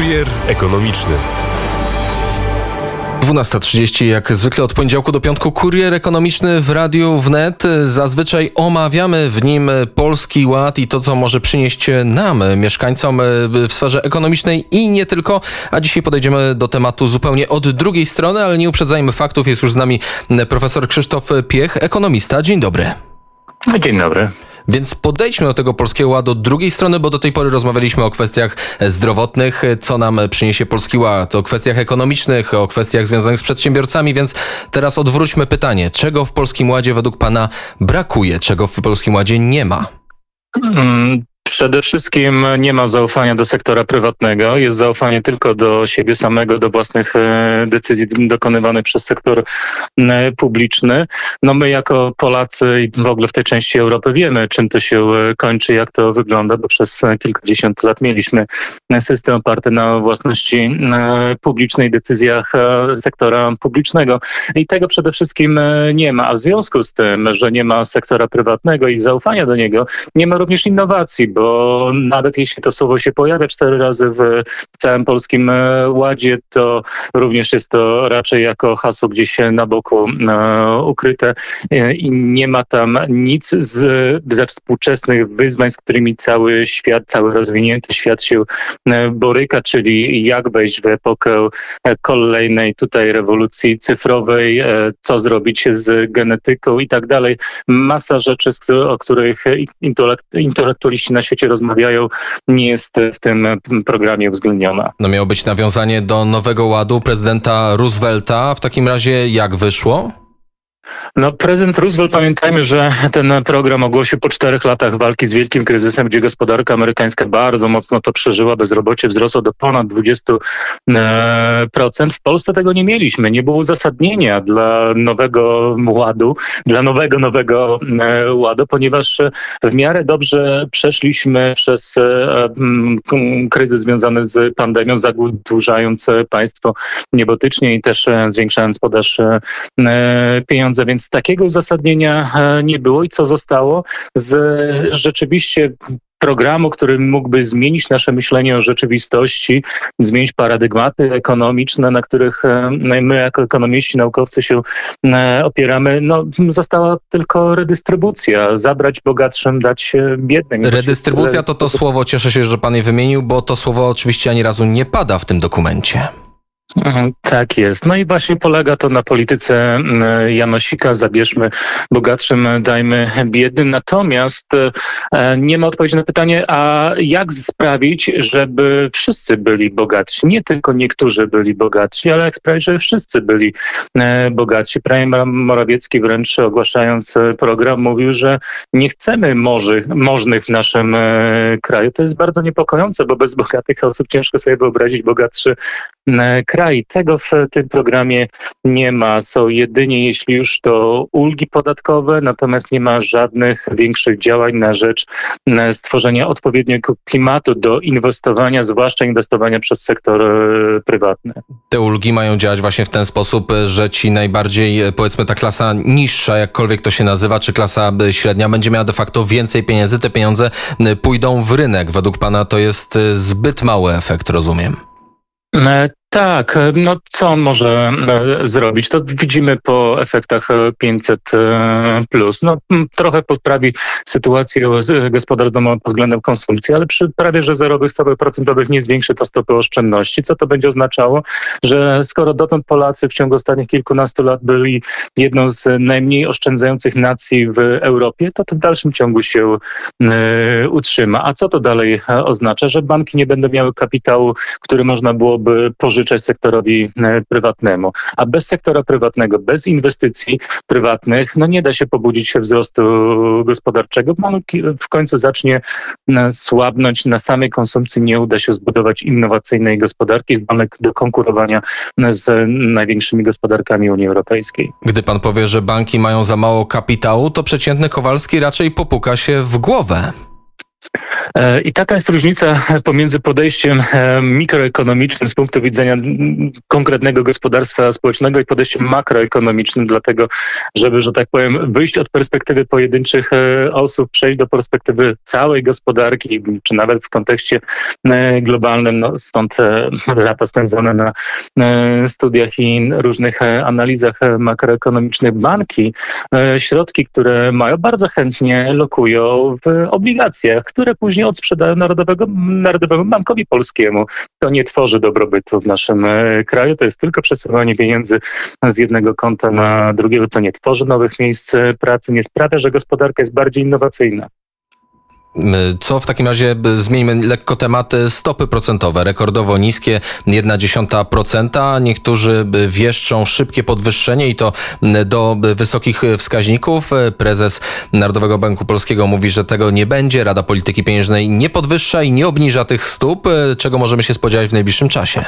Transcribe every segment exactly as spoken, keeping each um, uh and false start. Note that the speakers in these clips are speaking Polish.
Kurier ekonomiczny. dwunasta trzydzieści, jak zwykle od poniedziałku do piątku, Kurier Ekonomiczny w Radiu Wnet. Zazwyczaj omawiamy w nim Polski Ład i to, co może przynieść nam, mieszkańcom w sferze ekonomicznej i nie tylko. A dzisiaj podejdziemy do tematu zupełnie od drugiej strony, ale nie uprzedzajmy faktów. Jest już z nami profesor Krzysztof Piech, ekonomista. Dzień dobry. Dzień dobry. Więc podejdźmy do tego Polskiego Ładu od drugiej strony, bo do tej pory rozmawialiśmy o kwestiach zdrowotnych, co nam przyniesie Polski Ład, o kwestiach ekonomicznych, o kwestiach związanych z przedsiębiorcami, więc teraz odwróćmy pytanie. Czego w Polskim Ładzie według pana brakuje? Czego w Polskim Ładzie nie ma? Hmm. Przede wszystkim nie ma zaufania do sektora prywatnego, jest zaufanie tylko do siebie samego, do własnych decyzji dokonywanych przez sektor publiczny. No my jako Polacy i w ogóle w tej części Europy wiemy, czym to się kończy, jak to wygląda, bo przez kilkadziesiąt lat mieliśmy system oparty na własności publicznej, decyzjach sektora publicznego i tego przede wszystkim nie ma. A w związku z tym, że nie ma sektora prywatnego i zaufania do niego, nie ma również innowacji, bo nawet jeśli to słowo się pojawia cztery razy w całym Polskim Ładzie, to również jest to raczej jako hasło gdzieś na boku e, ukryte i nie ma tam nic z, ze współczesnych wyzwań, z którymi cały świat, cały rozwinięty świat się boryka, czyli jak wejść w epokę kolejnej tutaj rewolucji cyfrowej, e, co zrobić z genetyką i tak dalej. Masa rzeczy, o których intelektualiści na świecie rozmawiają, nie jest w tym programie uwzględniona. No miało być nawiązanie do Nowego Ładu prezydenta Roosevelta. W takim razie jak wyszło? No prezydent Roosevelt, pamiętajmy, że ten program ogłosił po czterech latach walki z wielkim kryzysem, gdzie gospodarka amerykańska bardzo mocno to przeżyła. Bezrobocie wzrosło do ponad dwadzieścia procent. W Polsce tego nie mieliśmy. Nie było uzasadnienia dla nowego ładu, dla nowego, nowego ładu, ponieważ w miarę dobrze przeszliśmy przez kryzys związany z pandemią, zadłużając państwo niebotycznie i też zwiększając podaż pieniądze. Więc takiego uzasadnienia nie było. I co zostało z rzeczywiście programu, który mógłby zmienić nasze myślenie o rzeczywistości, zmienić paradygmaty ekonomiczne, na których my jako ekonomiści, naukowcy się opieramy. No, została tylko redystrybucja. Zabrać bogatszym, dać biednym. Redystrybucja to to słowo, cieszę się, że pan je wymienił, bo to słowo oczywiście ani razu nie pada w tym dokumencie. Tak jest. No i właśnie polega to na polityce Janosika. Zabierzmy bogatszym, dajmy biednym. Natomiast nie ma odpowiedzi na pytanie, a jak sprawić, żeby wszyscy byli bogatsi? Nie tylko niektórzy byli bogatsi, ale jak sprawić, żeby wszyscy byli bogatsi? Premier Morawiecki wręcz ogłaszając program mówił, że nie chcemy morzy, możnych w naszym kraju. To jest bardzo niepokojące, bo bez bogatych osób ciężko sobie wyobrazić bogatszy kraj. Tego w tym programie nie ma. Są jedynie, jeśli już, to ulgi podatkowe, natomiast nie ma żadnych większych działań na rzecz stworzenia odpowiedniego klimatu do inwestowania, zwłaszcza inwestowania przez sektor prywatny. Te ulgi mają działać właśnie w ten sposób, że ci najbardziej, powiedzmy, ta klasa niższa, jakkolwiek to się nazywa, czy klasa średnia, będzie miała de facto więcej pieniędzy. Te pieniądze pójdą w rynek. Według pana to jest zbyt mały efekt, rozumiem. Tak, no co on może zrobić? To widzimy po efektach pięćset plus. No trochę poprawi sytuację gospodarstw domowych pod względem konsumpcji, ale przy prawie że zerowych stopach procentowych nie zwiększy to stopy oszczędności. Co to będzie oznaczało? Że skoro dotąd Polacy w ciągu ostatnich kilkunastu lat byli jedną z najmniej oszczędzających nacji w Europie, to to w dalszym ciągu się y, utrzyma. A co to dalej oznacza? Że banki nie będą miały kapitału, który można byłoby pożyczyć sektorowi prywatnemu. A bez sektora prywatnego, bez inwestycji prywatnych, no nie da się pobudzić wzrostu gospodarczego. Bank w końcu zacznie słabnąć. Na samej konsumpcji nie uda się zbudować innowacyjnej gospodarki zdolnej do konkurowania z największymi gospodarkami Unii Europejskiej. Gdy pan powie, że banki mają za mało kapitału, to przeciętny Kowalski raczej popuka się w głowę. I taka jest różnica pomiędzy podejściem mikroekonomicznym z punktu widzenia konkretnego gospodarstwa społecznego i podejściem makroekonomicznym, dlatego żeby, że tak powiem, wyjść od perspektywy pojedynczych osób, przejść do perspektywy całej gospodarki, czy nawet w kontekście globalnym. No, stąd lata spędzone na studiach i różnych analizach makroekonomicznych. Banki środki, które mają, bardzo chętnie lokują w obligacjach, które później odsprzedają Narodowego, Narodowemu Bankowi Polskiemu. To nie tworzy dobrobytu w naszym kraju, to jest tylko przesuwanie pieniędzy z jednego konta na drugiego, to nie tworzy nowych miejsc pracy, nie sprawia, że gospodarka jest bardziej innowacyjna. Co w takim razie, zmieńmy lekko temat, stopy procentowe, rekordowo niskie, jedna dziesiąta procenta. Niektórzy wieszczą szybkie podwyższenie i to do wysokich wskaźników. Prezes Narodowego Banku Polskiego mówi, że tego nie będzie. Rada Polityki Pieniężnej nie podwyższa i nie obniża tych stóp. Czego możemy się spodziewać w najbliższym czasie?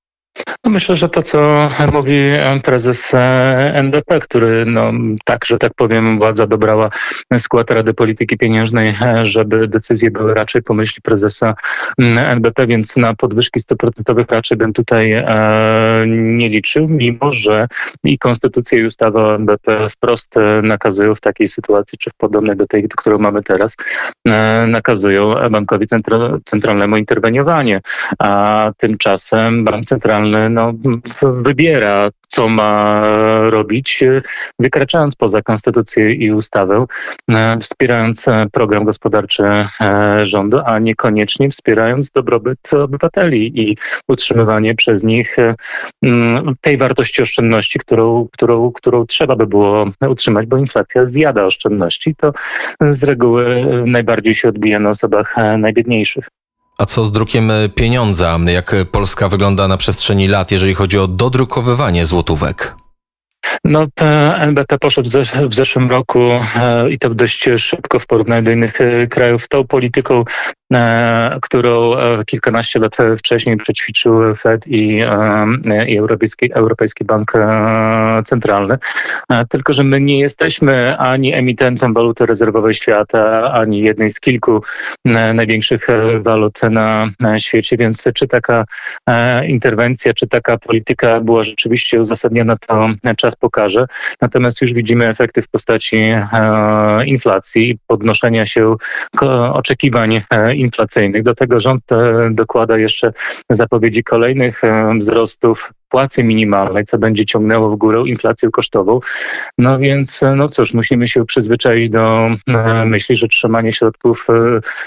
No myślę, że to, co mówi prezes N B P, który, no, tak, że tak powiem, władza dobrała skład Rady Polityki Pieniężnej, żeby decyzje były raczej po myśli prezesa N B P, więc na podwyżki stóp procentowych raczej bym tutaj e, nie liczył, mimo że i konstytucja i ustawa o N B P wprost nakazują w takiej sytuacji, czy w podobnej do tej, którą mamy teraz, e, nakazują bankowi centra- centralnemu interweniowanie, a tymczasem bank centralny no, wybiera, co ma robić, wykraczając poza konstytucję i ustawę, wspierając program gospodarczy rządu, a niekoniecznie wspierając dobrobyt obywateli i utrzymywanie przez nich tej wartości oszczędności, którą, którą, którą trzeba by było utrzymać, bo inflacja zjada oszczędności. To z reguły najbardziej się odbija na osobach najbiedniejszych. A co z drukiem pieniądza? Jak Polska wygląda na przestrzeni lat, jeżeli chodzi o dodrukowywanie złotówek? No, N B P poszedł w, zesz- w zeszłym roku e, i to dość szybko w porównaniu do innych e, krajów tą polityką, e, którą e, kilkanaście lat wcześniej przećwiczył Fed i, e, i Europejski, Europejski Bank e, Centralny. E, tylko, że my nie jesteśmy ani emitentem waluty rezerwowej świata, ani jednej z kilku e, największych walut na, na świecie, więc czy taka e, interwencja, czy taka polityka była rzeczywiście uzasadniona, to czas pokaże. Natomiast już widzimy efekty w postaci e, inflacji, podnoszenia się ko- oczekiwań e, inflacyjnych. Do tego rząd e, dokłada jeszcze zapowiedzi kolejnych e, wzrostów płacy minimalnej, co będzie ciągnęło w górę inflację kosztową. No więc, no cóż, musimy się przyzwyczaić do e, myśli, że trzymanie środków e,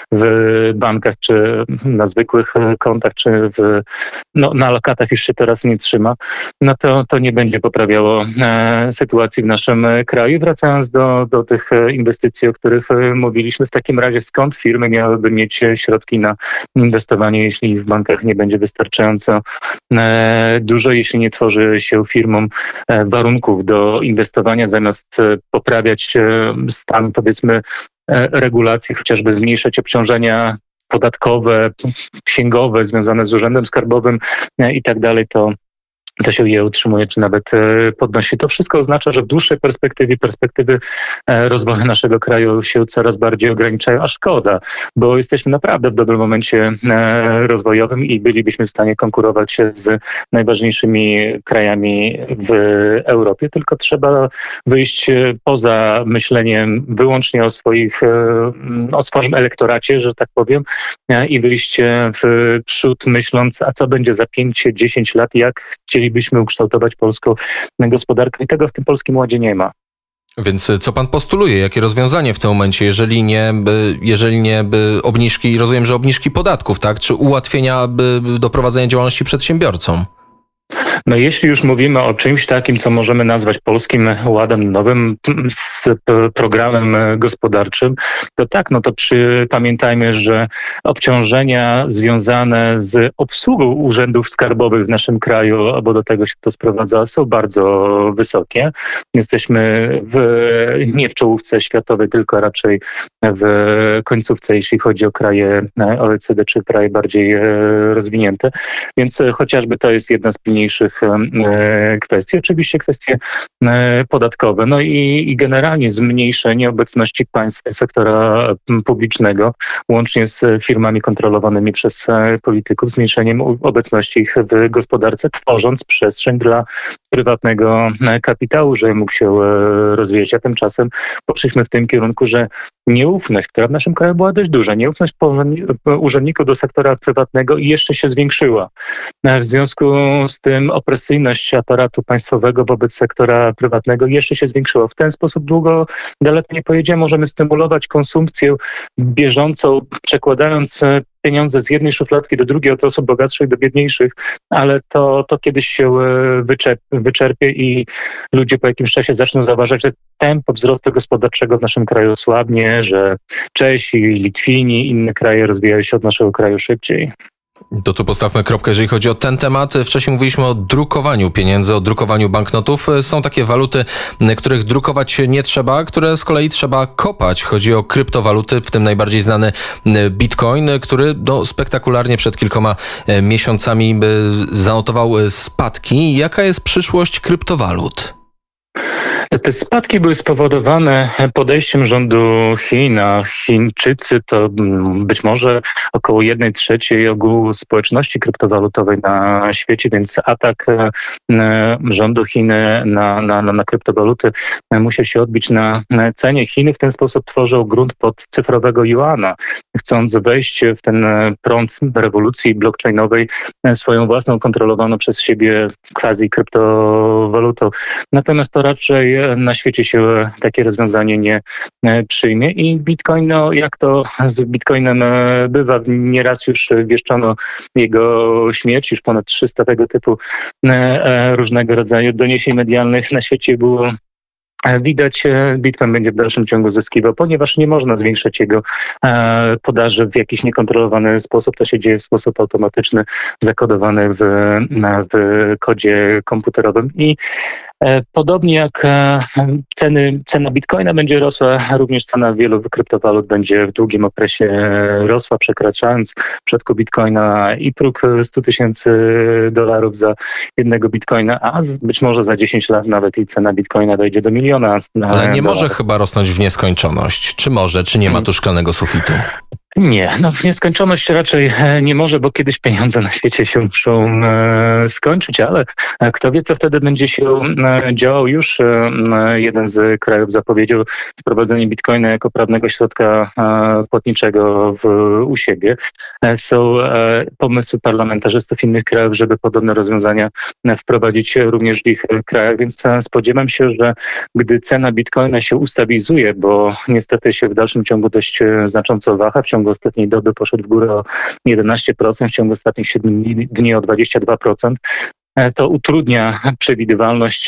w bankach, czy na zwykłych kontach, czy w, no, na lokatach już się teraz nie trzyma, no to, to nie będzie poprawiało e, sytuacji w naszym kraju. Wracając do, do tych inwestycji, o których mówiliśmy, w takim razie skąd firmy miałyby mieć środki na inwestowanie, jeśli w bankach nie będzie wystarczająco e, dużo, jeśli nie tworzy się firmom warunków do inwestowania, zamiast poprawiać stan, powiedzmy, regulacji, chociażby zmniejszać obciążenia podatkowe, księgowe związane z Urzędem Skarbowym i tak dalej, to to się je utrzymuje, czy nawet podnosi. To wszystko oznacza, że w dłuższej perspektywie, perspektywy rozwoju naszego kraju się coraz bardziej ograniczają, a szkoda, bo jesteśmy naprawdę w dobrym momencie rozwojowym i bylibyśmy w stanie konkurować z najważniejszymi krajami w Europie, tylko trzeba wyjść poza myśleniem wyłącznie o swoich, o swoim elektoracie, że tak powiem, i wyjść w przód myśląc, a co będzie za pięć dziesięć lat, jak chcielibyśmy ukształtować polską gospodarkę i tego w tym Polskim Ładzie nie ma. Więc co pan postuluje? Jakie rozwiązanie w tym momencie, jeżeli nie, jeżeli nie obniżki, rozumiem, że obniżki podatków, tak? Czy ułatwienia do prowadzenia działalności przedsiębiorcom? No jeśli już mówimy o czymś takim, co możemy nazwać Polskim Ładem, nowym z programem gospodarczym, to tak, no to przy, pamiętajmy, że obciążenia związane z obsługą urzędów skarbowych w naszym kraju, bo do tego się to sprowadza, są bardzo wysokie. Jesteśmy w, nie w czołówce światowej, tylko raczej w końcówce, jeśli chodzi o kraje O E C D czy kraje bardziej rozwinięte. Więc chociażby to jest jedna z pilniejszych najważniejszych kwestii. Oczywiście kwestie podatkowe, no i, i generalnie zmniejszenie obecności państwa, sektora publicznego, łącznie z firmami kontrolowanymi przez polityków, zmniejszeniem obecności ich w gospodarce, tworząc przestrzeń dla prywatnego kapitału, żeby mógł się rozwijać. A tymczasem poszliśmy w tym kierunku, że nieufność, która w naszym kraju była dość duża, nieufność urzędników do sektora prywatnego jeszcze się zwiększyła. W związku z tym opresyjność aparatu państwowego wobec sektora prywatnego jeszcze się zwiększyła. W ten sposób długo daleko nie pojedziemy. Możemy stymulować konsumpcję bieżącą, przekładając pieniądze z jednej szufladki do drugiej, od osób bogatszych do biedniejszych, ale to, to kiedyś się wyczerpie, wyczerpie i ludzie po jakimś czasie zaczną zauważać, że tempo wzrostu gospodarczego w naszym kraju słabnie, że Czesi, Litwini, inne kraje rozwijają się od naszego kraju szybciej. To tu postawmy kropkę, jeżeli chodzi o ten temat. Wcześniej mówiliśmy o drukowaniu pieniędzy, o drukowaniu banknotów. Są takie waluty, których drukować nie trzeba, które z kolei trzeba kopać. Chodzi o kryptowaluty, w tym najbardziej znany Bitcoin, który no, spektakularnie przed kilkoma miesiącami zanotował spadki. Jaka jest przyszłość kryptowalut? Te spadki były spowodowane podejściem rządu Chin, a Chińczycy to być może około jednej trzeciej ogółu społeczności kryptowalutowej na świecie, więc atak rządu Chin na, na, na kryptowaluty musiał się odbić na cenie. Chiny w ten sposób tworzą grunt pod cyfrowego juana, chcąc wejść w ten prąd rewolucji blockchainowej swoją własną kontrolowaną przez siebie quasi kryptowalutą. Natomiast to raczej na świecie się takie rozwiązanie nie przyjmie i Bitcoin, no jak to z Bitcoinem bywa, nieraz już wieszczono jego śmierć, już ponad trzysta tego typu różnego rodzaju doniesień medialnych na świecie było. Widać, Bitcoin będzie w dalszym ciągu zyskiwał, ponieważ nie można zwiększać jego podaży w jakiś niekontrolowany sposób. To się dzieje w sposób automatyczny, zakodowany w, w kodzie komputerowym i podobnie jak ceny, cena Bitcoina będzie rosła, również cena wielu kryptowalut będzie w długim okresie rosła, przekraczając w przypadku Bitcoina i próg sto tysięcy dolarów za jednego Bitcoina, a być może za dziesięć lat nawet i cena Bitcoina dojdzie do miliona. Ale nie dolarów. może chyba rosnąć w nieskończoność. Czy może, czy nie ma tu szklanego sufitu? Nie, no w nieskończoność raczej nie może, bo kiedyś pieniądze na świecie się muszą e, skończyć, ale kto wie, co wtedy będzie się e, działał. Już e, jeden z krajów zapowiedział wprowadzenie Bitcoina jako prawnego środka e, płatniczego w, u siebie. E, są e, pomysły parlamentarzystów innych krajów, żeby podobne rozwiązania wprowadzić również w ich krajach, więc e, spodziewam się, że gdy cena Bitcoina się ustabilizuje, bo niestety się w dalszym ciągu dość e, znacząco waha, w ciągu W ciągu ostatniej doby poszedł w górę o jedenaście procent, w ciągu ostatnich siedmiu dni o dwadzieścia dwa procent. To utrudnia przewidywalność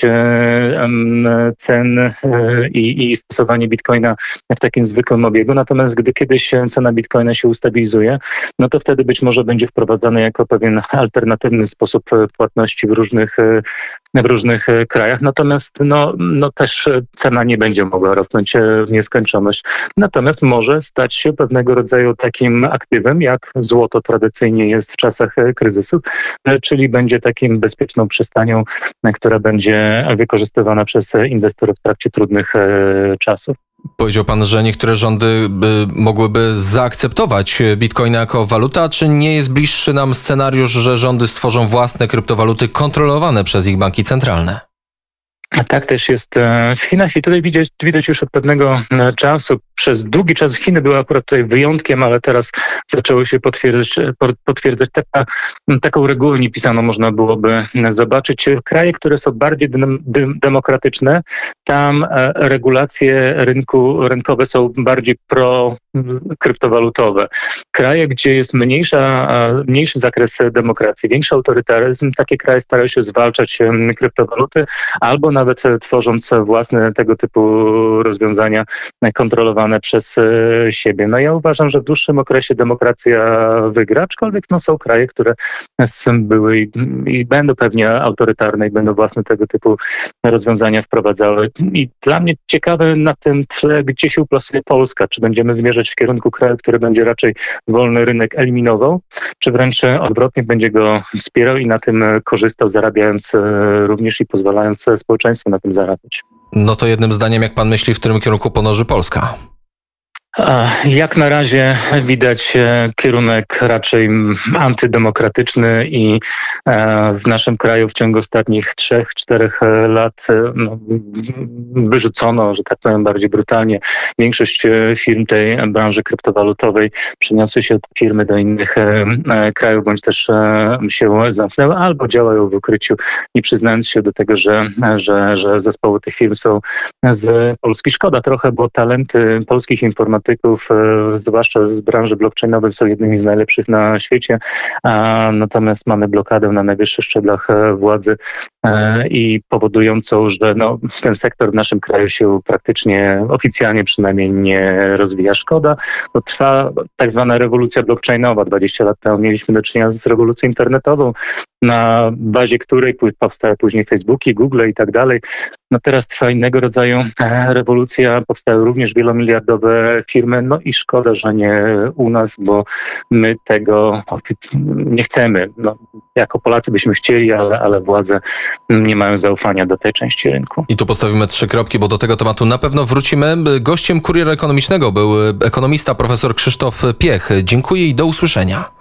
cen i, i stosowanie Bitcoina w takim zwykłym obiegu. Natomiast gdy kiedyś cena Bitcoina się ustabilizuje, no to wtedy być może będzie wprowadzany jako pewien alternatywny sposób płatności w różnych, w różnych krajach. Natomiast no, no też cena nie będzie mogła rosnąć w nieskończoność. Natomiast może stać się pewnego rodzaju takim aktywem, jak złoto tradycyjnie jest w czasach kryzysu, czyli będzie takim bezpiecznym bezpieczną przystanią, która będzie wykorzystywana przez inwestorów w trakcie trudnych e, czasów. Powiedział pan, że niektóre rządy by, mogłyby zaakceptować Bitcoina jako waluta. Czy nie jest bliższy nam scenariusz, że rządy stworzą własne kryptowaluty kontrolowane przez ich banki centralne? Tak też jest w Chinach i tutaj widać, widać już od pewnego czasu. Przez długi czas Chiny były akurat tutaj wyjątkiem, ale teraz zaczęło się potwierdzać, potwierdzać taka, taką regułę niepisaną można byłoby zobaczyć. Kraje, które są bardziej demokratyczne, tam regulacje rynku, rynkowe są bardziej pro-kryptowalutowe. Kraje, gdzie jest mniejsza, mniejszy zakres demokracji, większy autorytaryzm, takie kraje starają się zwalczać kryptowaluty albo nawet tworząc własne tego typu rozwiązania kontrolowane dokonywane przez siebie. No ja uważam, że w dłuższym okresie demokracja wygra, aczkolwiek no, są kraje, które były i, i będą pewnie autorytarne i będą własne tego typu rozwiązania wprowadzały. I dla mnie ciekawe na tym tle, gdzie się uplasuje Polska. Czy będziemy zmierzać w kierunku kraju, który będzie raczej wolny rynek eliminował, czy wręcz odwrotnie będzie go wspierał i na tym korzystał, zarabiając również i pozwalając społeczeństwu na tym zarabiać. No to jednym zdaniem, jak pan myśli, w którym kierunku podąży Polska? Jak na razie widać kierunek raczej antydemokratyczny i w naszym kraju w ciągu ostatnich trzech, czterech lat no, wyrzucono, że tak powiem bardziej brutalnie, większość firm tej branży kryptowalutowej przeniosły się od firmy do innych krajów, bądź też się zamknęły, albo działają w ukryciu, nie przyznając się do tego, że, że, że zespoły tych firm są z Polski. Szkoda trochę, bo talenty polskich informatyków, zwłaszcza z branży blockchainowej, są jednymi z najlepszych na świecie, a natomiast mamy blokadę na najwyższych szczeblach władzy i powodującą, że no, ten sektor w naszym kraju się praktycznie, oficjalnie przynajmniej nie rozwija. Szkoda, bo trwa tak zwana rewolucja blockchainowa. dwadzieścia lat temu mieliśmy do czynienia z rewolucją internetową, na bazie której powstały później Facebooki, Google i tak dalej. No teraz trwa innego rodzaju rewolucja, powstały również wielomiliardowe firmy, no i szkoda, że nie u nas, bo my tego nie chcemy. No, jako Polacy byśmy chcieli, ale, ale władze nie mają zaufania do tej części rynku. I tu postawimy trzy kropki, bo do tego tematu na pewno wrócimy. Gościem Kuriera Ekonomicznego był ekonomista profesor Krzysztof Piech. Dziękuję i do usłyszenia.